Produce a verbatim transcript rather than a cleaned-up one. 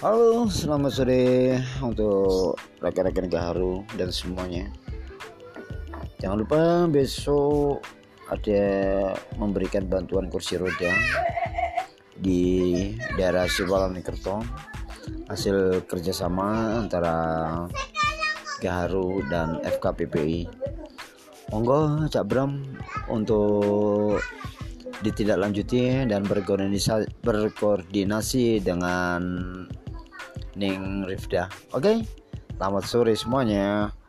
Halo, selamat sore untuk rekan-rekan Gaharu dan semuanya. Jangan lupa besok ada memberikan bantuan kursi roda di daerah Siwalan-Kerto, hasil kerjasama antara Gaharu dan F K P P I. Monggo Cak Bram untuk ditindaklanjuti dan berkoordinasi berkoordinasi dengan Ning Rifda. Oke, selamat sore semuanya.